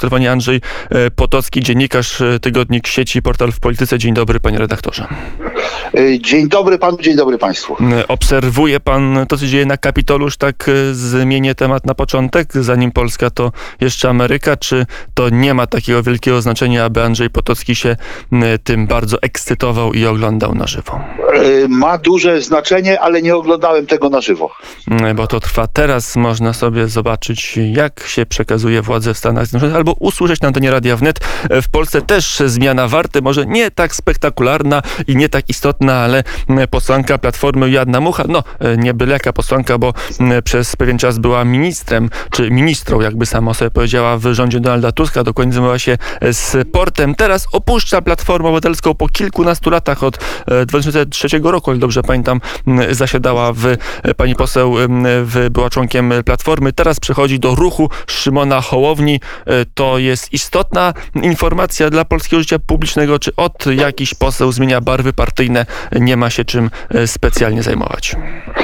telefonie Andrzej Potocki, dziennikarz, tygodnik Sieci, portal w Polityce. Dzień dobry, panie redaktorze. Dzień dobry panu, dzień dobry państwu. Obserwuje pan to, co dzieje na Kapitolu? Już tak zmienię temat na początek. Zanim Polska, to jeszcze Ameryka. Czy to nie ma takiego wielkiego znaczenia, aby Andrzej Potocki się tym bardzo ekscytował i oglądał na żywo? Ma duże znaczenie, ale nie oglądałem tego na żywo. Bo to trwa teraz. Można sobie zobaczyć, jak się przekazuje władzę w Stanach Zjednoczonych, albo usłyszeć na antenie Radia Wnet. W Polsce też zmiana warty, może nie tak spektakularna i nie tak istotna, ale posłanka Platformy Joanna Mucha, nie byle jaka posłanka, bo przez pewien czas była ministrem, czy ministrą, jakby sama sobie powiedziała, w rządzie Donalda Tuska, dokładnie zajmowała się sportem. Teraz opuszcza Platformę Obywatelską po kilkunastu latach, od 2003 roku, ale dobrze pamiętam, zasiadała pani poseł, była członkiem Platformy. Teraz przechodzi do ruchu Szymona Hołowni. To jest istotna informacja dla polskiego życia publicznego, czy jakiś poseł zmienia barwy partyjne, nie ma się czym specjalnie zajmować?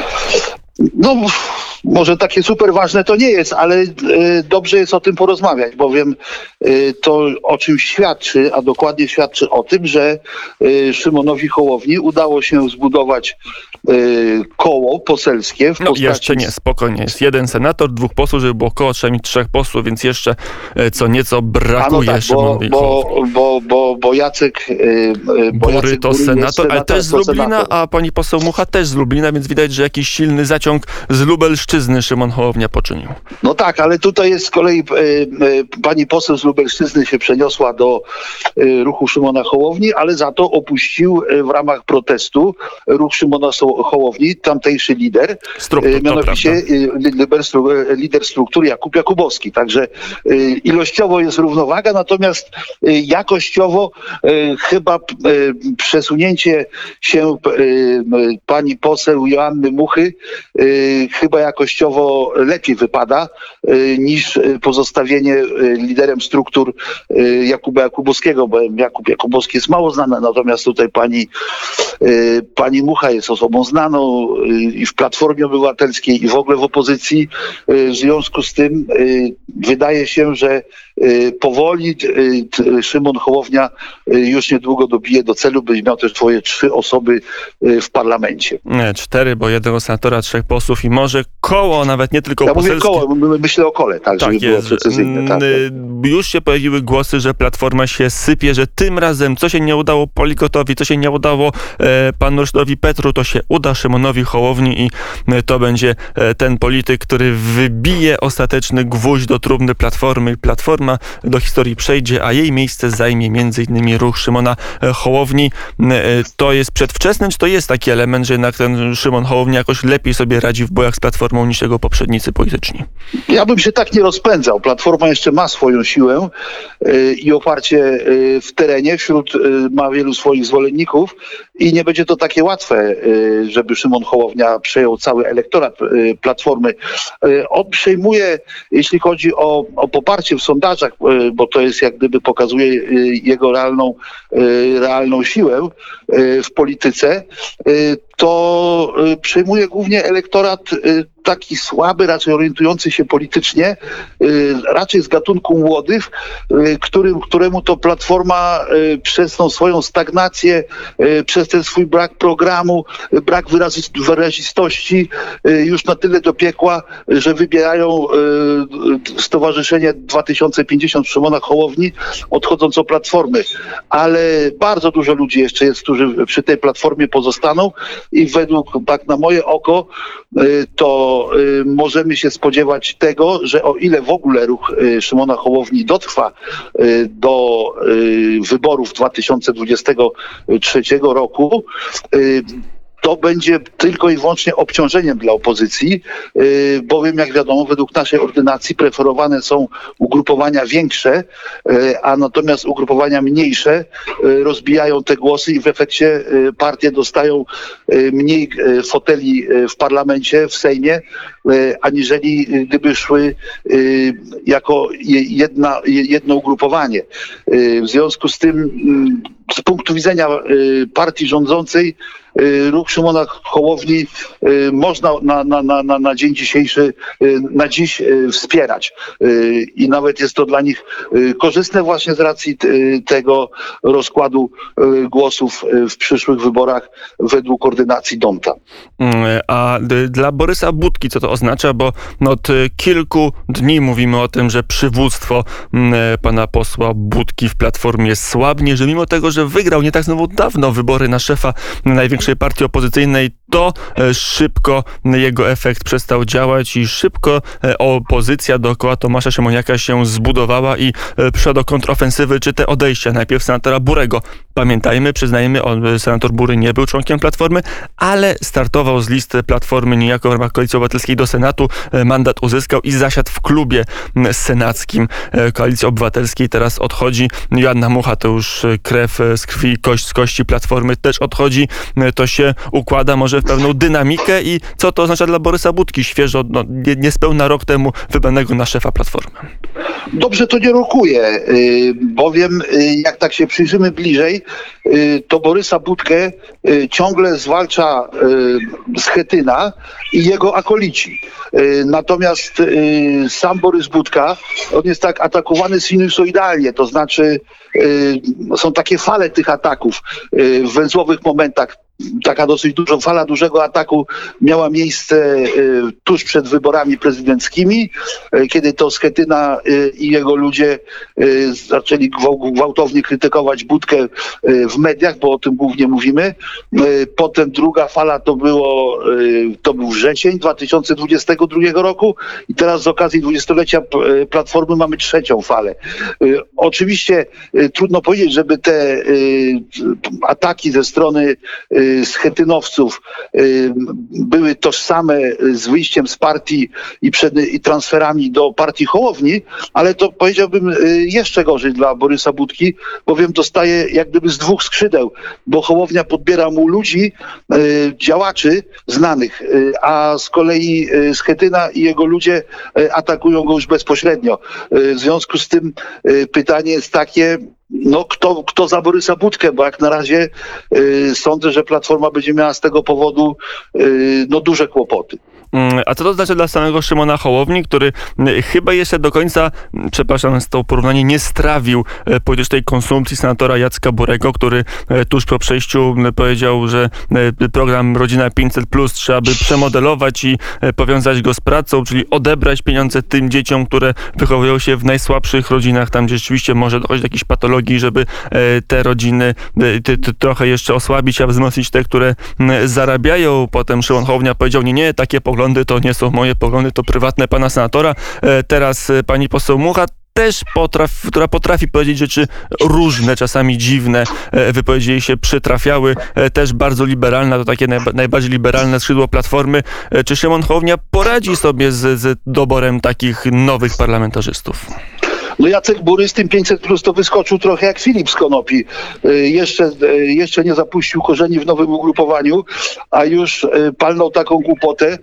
Może takie super ważne to nie jest, ale dobrze jest o tym porozmawiać, bowiem to o czym świadczy, a dokładnie świadczy o tym, że Szymonowi Hołowni udało się zbudować koło poselskie w postaci... Jeszcze nie, spokojnie. Jest jeden senator, 2 posłów, żeby było koło, przynajmniej 3 posłów, więc jeszcze co nieco brakuje Szymonowi Hołowni. Bo Jacek Bury to senator, ale też z Lublina, a pani poseł Mucha też z Lublina, więc widać, że jakiś silny zaciąg z Lubelszczyzny Szymon Hołownia poczynił. No tak, ale tutaj jest z kolei pani poseł z Lubelszczyzny się przeniosła do ruchu Szymona Hołowni, ale za to opuścił w ramach protestu ruch Szymona Hołowni tamtejszy lider, mianowicie lider struktury Jakub Jakubowski. Także ilościowo jest równowaga, natomiast jakościowo chyba przesunięcie się pani poseł Joanny Muchy chyba jakościowo lepiej wypada niż pozostawienie liderem struktur Jakuba Jakubowskiego, bo Jakub Jakubowski jest mało znany, natomiast tutaj pani Mucha jest osobą znaną i w Platformie Obywatelskiej i w ogóle w opozycji. W związku z tym wydaje się, że powoli Szymon Hołownia już niedługo dobije do celu, by miał też 3 osoby w parlamencie. Nie, 4, bo jednego senatora, 3 posłów i może koło, nawet nie tylko poselskie. Ja mówię koło, myślę o kole, tak, żeby było precyzyjne. Tak. Już się pojawiły głosy, że Platforma się sypie, że tym razem co się nie udało Polikotowi, co się nie udało panu Ryszardowi Petru, to się uda Szymonowi Hołowni i to będzie ten polityk, który wybije ostateczny gwóźdź do trumny Platformy. Platforma do historii przejdzie, a jej miejsce zajmie m.in. ruch Szymona Hołowni. To jest przedwczesne, czy to jest taki element, że jednak ten Szymon Hołowni jakoś lepiej sobie radzi w bojach z Platformą niż jego poprzednicy polityczni? Ja bym się tak nie rozpędzał. Platforma jeszcze ma swoją siłę i oparcie w terenie, ma wielu swoich zwolenników i nie będzie to takie łatwe, żeby Szymon Hołownia przejął cały elektorat Platformy. On przejmuje, jeśli chodzi o poparcie w sondażach, bo to jest jak gdyby pokazuje jego realną siłę w polityce, to przejmuje głównie elektorat taki słaby, raczej orientujący się politycznie, raczej z gatunku młodych, któremu to Platforma przez tą swoją stagnację, przez ten swój brak programu, brak wyrazistości już na tyle dopiekła, że wybierają Stowarzyszenie 2050 Szymona Hołowni, odchodząc od Platformy. Ale bardzo dużo ludzi jeszcze jest, którzy przy tej Platformie pozostaną i według, tak na moje oko, to możemy się spodziewać tego, że o ile w ogóle ruch Szymona Hołowni dotrwa do wyborów 2023 roku, to będzie tylko i wyłącznie obciążeniem dla opozycji, bowiem jak wiadomo według naszej ordynacji preferowane są ugrupowania większe, a natomiast ugrupowania mniejsze rozbijają te głosy i w efekcie partie dostają mniej foteli w parlamencie, w Sejmie, aniżeli gdyby szły jako jedno ugrupowanie. W związku z tym z punktu widzenia partii rządzącej ruch Szymona Hołowni można na dzień dzisiejszy, na dziś wspierać. I nawet jest to dla nich korzystne właśnie z racji tego rozkładu głosów w przyszłych wyborach według ordynacji D'Hondta. A dla Borysa Budki co to oznacza? Bo od kilku dni mówimy o tym, że przywództwo pana posła Budki w Platformie słabnie, że mimo tego, że wygrał nie tak znowu dawno wybory na szefa największej partii opozycyjnej, to szybko jego efekt przestał działać i szybko opozycja dookoła Tomasza Siemoniaka się zbudowała i przyszła do kontrofensywy, czy te odejścia. Najpierw senatora Burego. Pamiętajmy, przyznajmy, senator Bury nie był członkiem Platformy, ale startował z listy Platformy niejako w ramach Koalicji Obywatelskiej do Senatu, mandat uzyskał i zasiadł w klubie senackim Koalicji Obywatelskiej. Teraz odchodzi Joanna Mucha, to już krew z krwi, kość z kości Platformy też odchodzi. To się układa może w pewną dynamikę i co to oznacza dla Borysa Budki, świeżo, niespełna rok temu wybranego na szefa Platformy? Dobrze to nie rokuje, bowiem jak tak się przyjrzymy bliżej, to Borysa Budkę ciągle zwalcza Schetyna i jego akolici. Natomiast sam Borys Budka, on jest tak atakowany sinusoidalnie, to znaczy są takie fale tych ataków w węzłowych momentach. Taka dosyć duża fala dużego ataku miała miejsce tuż przed wyborami prezydenckimi, kiedy to Schetyna i jego ludzie zaczęli gwałtownie krytykować Budkę w mediach, bo o tym głównie mówimy. Potem druga fala to był wrzesień 2022 roku i teraz z okazji 20-lecia Platformy mamy trzecią falę. Oczywiście trudno powiedzieć, żeby te ataki ze strony schetynowców były tożsame z wyjściem z partii i transferami do partii Hołowni, ale to powiedziałbym jeszcze gorzej dla Borysa Budki, bowiem dostaje jak gdyby z dwóch skrzydeł, bo Hołownia podbiera mu ludzi, działaczy znanych, a z kolei Schetyna i jego ludzie atakują go już bezpośrednio. W związku z tym pytanie jest takie, kto za Borysa Budkę, bo jak na razie sądzę, że Platforma będzie miała z tego powodu duże kłopoty. A co to znaczy dla samego Szymona Hołowni, który chyba jeszcze do końca, przepraszam z to porównanie, nie strawił politycznej konsumpcji senatora Jacka Burego, który tuż po przejściu powiedział, że program Rodzina 500+ trzeba by przemodelować i powiązać go z pracą, czyli odebrać pieniądze tym dzieciom, które wychowują się w najsłabszych rodzinach, tam gdzie rzeczywiście może dochodzić do jakichś patologii, żeby te rodziny trochę jeszcze osłabić, a wzmocnić te, które zarabiają. Potem Szymon Hołownia powiedział, nie, takie poglądy to nie są moje poglądy, to prywatne pana senatora. Teraz pani poseł Mucha też która potrafi powiedzieć rzeczy różne, czasami dziwne. Wypowiedzi jej się przytrafiały. Też bardzo liberalna, to takie najbardziej liberalne skrzydło Platformy. Czy Szymon Hołownia poradzi sobie z doborem takich nowych parlamentarzystów? Jacek Bury z tym 500+ to wyskoczył trochę jak Filip z Konopi. Jeszcze nie zapuścił korzeni w nowym ugrupowaniu, a już palnął taką głupotę,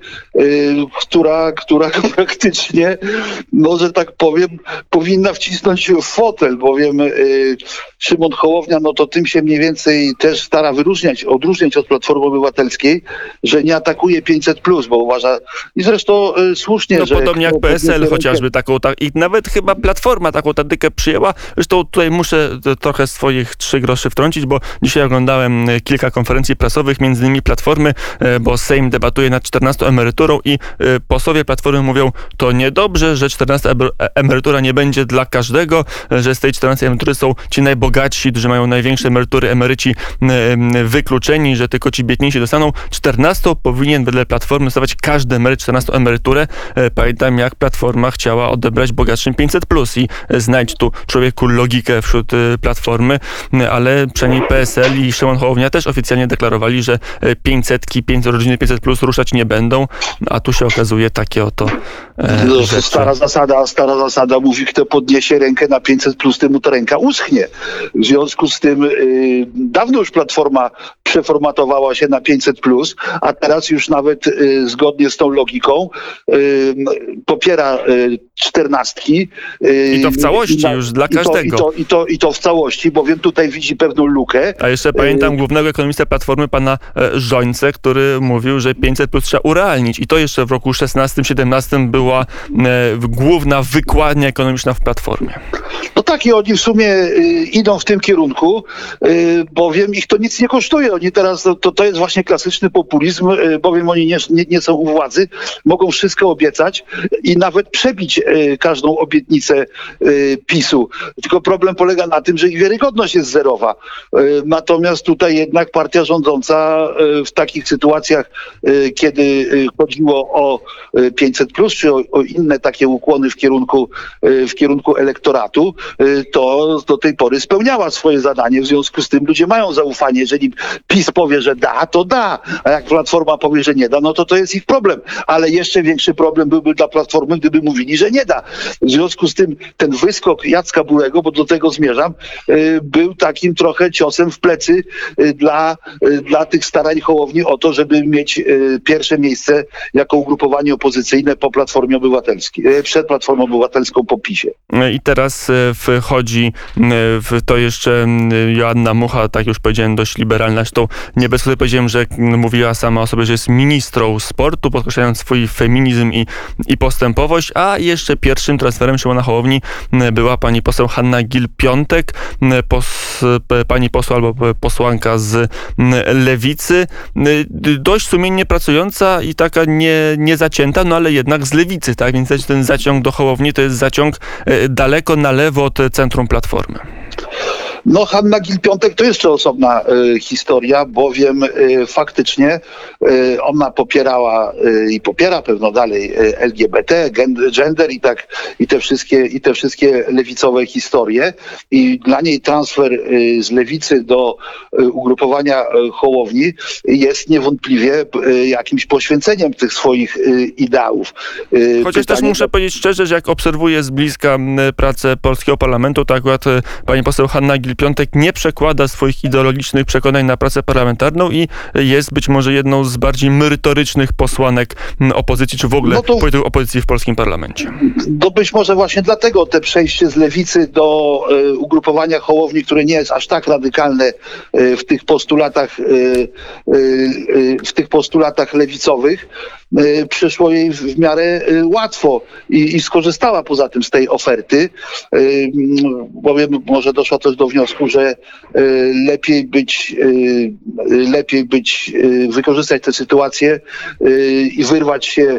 która praktycznie, że tak powiem, powinna wcisnąć w fotel, bowiem Szymon Hołownia, to tym się mniej więcej też stara odróżniać od Platformy Obywatelskiej, że nie atakuje 500+, bo uważa, i zresztą słusznie, że... Podobnie jak PSL chociażby i nawet chyba Platforma taką taktykę przyjęła. Zresztą tutaj muszę trochę swoich 3 groszy wtrącić, bo dzisiaj oglądałem kilka konferencji prasowych, między innymi Platformy, bo Sejm debatuje nad 14 emeryturą i posłowie Platformy mówią, to niedobrze, że 14 emerytura nie będzie dla każdego, że z tej 14 emerytury są ci najbogatsi, którzy mają największe emerytury, emeryci wykluczeni, że tylko ci biedniejsi dostaną. 14 powinien wedle Platformy dostawać każdy emeryt 14 emeryturę. Pamiętam, jak Platforma chciała odebrać bogatszym 500+. I znajdź tu, człowieku, logikę wśród Platformy, ale przynajmniej PSL i Szymon Hołownia też oficjalnie deklarowali, że 500, rodziny 500+ ruszać nie będą, a tu się okazuje takie oto rzeczy. Stara zasada mówi, kto podniesie rękę na 500+, temu ta ręka uschnie. W związku z tym dawno już Platforma przeformatowała się na 500+, a teraz już nawet zgodnie z tą logiką popiera 14. I to w całości już dla każdego. I to w całości, bowiem tutaj widzi pewną lukę. A jeszcze pamiętam głównego ekonomistę Platformy, pana Rzońcę, który mówił, że 500+ trzeba urealnić. I to jeszcze w roku 16-17 była główna wykładnia ekonomiczna w Platformie. No tak, i oni w sumie idą w tym kierunku, bowiem ich to nic nie kosztuje. Oni teraz, to jest właśnie klasyczny populizm, bowiem oni nie są u władzy, mogą wszystko obiecać i nawet przebić każdą obietnicę PiS-u. Tylko problem polega na tym, że ich wiarygodność jest zerowa. Natomiast tutaj jednak partia rządząca w takich sytuacjach, kiedy chodziło o 500+, czy o inne takie ukłony w kierunku elektoratu, to do tej pory spełniała swoje zadanie. W związku z tym ludzie mają zaufanie. Jeżeli PiS powie, że da, to da. A jak Platforma powie, że nie da, no to jest ich problem. Ale jeszcze większy problem byłby dla Platformy, gdyby mówili, że nie da. W związku z tym ten wyskok Jacka Burego, bo do tego zmierzam, był takim trochę ciosem w plecy dla tych starań Hołowni o to, żeby mieć pierwsze miejsce jako ugrupowanie opozycyjne po Platformie Obywatelskiej, przed Platformą Obywatelską po PiS-ie. I teraz wchodzi w to jeszcze Joanna Mucha, tak już powiedziałem, dość liberalna. Zresztą nie bez powodu powiedziałem, że mówiła sama o sobie, że jest ministrą sportu, podkreślając swój feminizm i postępowość, a jeszcze pierwszym transferem Szymona Hołowni była pani poseł Hanna Gill-Piątek, pani poseł albo posłanka z Lewicy, dość sumiennie pracująca i taka niezacięta, no ale jednak z Lewicy, tak? Więc ten zaciąg do Hołowni to jest zaciąg daleko na lewo od centrum Platformy. No, Hanna Gill-Piątek to jeszcze osobna historia, bowiem faktycznie ona popierała i popiera pewno dalej LGBT, gender i te wszystkie lewicowe historie. I dla niej transfer z Lewicy do ugrupowania Hołowni jest niewątpliwie jakimś poświęceniem tych swoich ideałów. Chociaż też muszę powiedzieć szczerze, że jak obserwuję z bliska pracę polskiego parlamentu, to akurat pani poseł Hanna Gill-Piątek nie przekłada swoich ideologicznych przekonań na pracę parlamentarną i jest być może jedną z bardziej merytorycznych posłanek opozycji, czy w ogóle polityków opozycji w polskim parlamencie. No być może właśnie dlatego te przejście z Lewicy do ugrupowania Hołowni, które nie jest aż tak radykalne w tych postulatach lewicowych, przyszło jej w miarę łatwo i skorzystała poza tym z tej oferty, bowiem może doszła też do wniosku, że wykorzystać tę sytuację i wyrwać się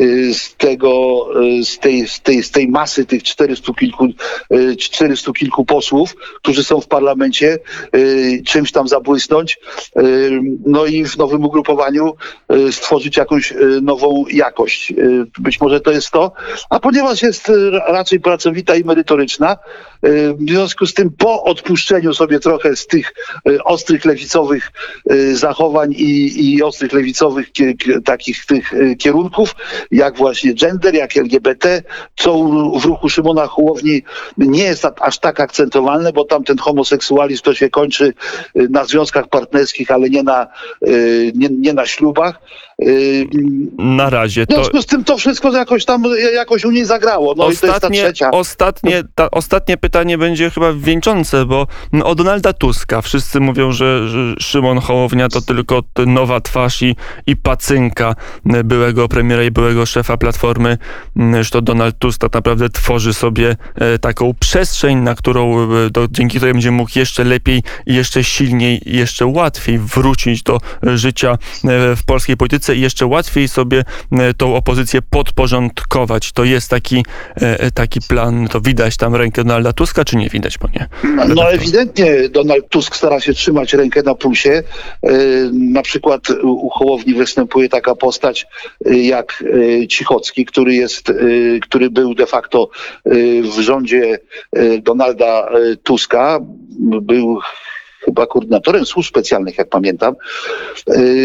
z tej masy tych 400 kilku posłów, którzy są w parlamencie, czymś tam zabłysnąć, no i w nowym ugrupowaniu stworzyć jakąś nową jakość. Być może to jest to, a ponieważ jest raczej pracowita i merytoryczna, w związku z tym po odpuszczeniu sobie trochę z tych ostrych lewicowych zachowań i ostrych lewicowych tych kierunków, jak właśnie gender, jak LGBT, co w ruchu Szymona Hołowni nie jest aż tak akcentowane, bo tam ten homoseksualizm to się kończy na związkach partnerskich, ale nie na ślubach. Na razie. W związku z tym to wszystko jakoś u niej zagrało. No i to jest ta trzecia. Ostatnie pytanie będzie chyba wieńczące, bo o Donalda Tuska. Wszyscy mówią, że Szymon Hołownia to tylko nowa twarz i pacynka byłego premiera i byłego szefa Platformy, że to Donald Tusk tak naprawdę tworzy sobie taką przestrzeń, na którą dzięki której będzie mógł jeszcze lepiej, jeszcze silniej i jeszcze łatwiej wrócić do życia w polskiej polityce i jeszcze łatwiej sobie tą opozycję podporządkować. To jest taki plan, to widać tam rękę Donalda Tuska, czy nie widać, panie? No ewidentnie Donald Tusk stara się trzymać rękę na pulsie. Na przykład u Hołowni występuje taka postać jak Cichocki, który był de facto w rządzie Donalda Tuska. Był chyba koordynatorem służb specjalnych, jak pamiętam.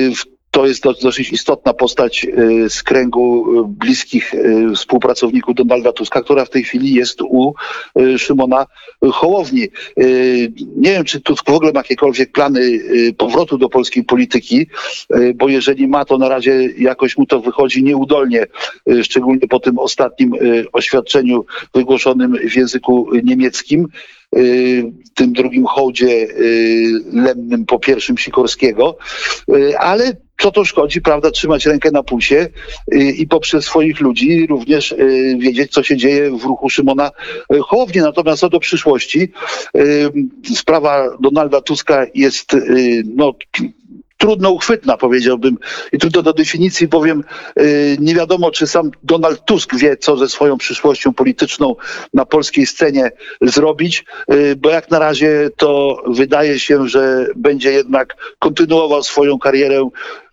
To jest dosyć istotna postać z kręgu bliskich współpracowników Donalda Tuska, która w tej chwili jest u Szymona Hołowni. Nie wiem, czy Tusk w ogóle ma jakiekolwiek plany powrotu do polskiej polityki, bo jeżeli ma, to na razie jakoś mu to wychodzi nieudolnie, szczególnie po tym ostatnim oświadczeniu wygłoszonym w języku niemieckim, tym drugim hołdzie lennym po pierwszym Sikorskiego, ale co to szkodzi, prawda, trzymać rękę na pulsie i poprzez swoich ludzi również wiedzieć, co się dzieje w ruchu Szymona Hołowni. Natomiast co do przyszłości, sprawa Donalda Tuska jest trudno uchwytna, powiedziałbym, i trudno do definicji, bowiem nie wiadomo, czy sam Donald Tusk wie, co ze swoją przyszłością polityczną na polskiej scenie zrobić, bo jak na razie to wydaje się, że będzie jednak kontynuował swoją karierę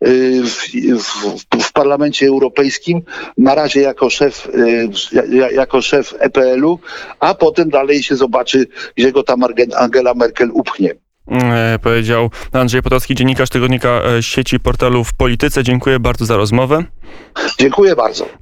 w Parlamencie Europejskim, na razie jako szef EPL-u, a potem dalej się zobaczy, gdzie go tam Angela Merkel upchnie. Powiedział Andrzej Potocki, dziennikarz tygodnika sieci portalu W Polityce. Dziękuję bardzo za rozmowę. Dziękuję bardzo.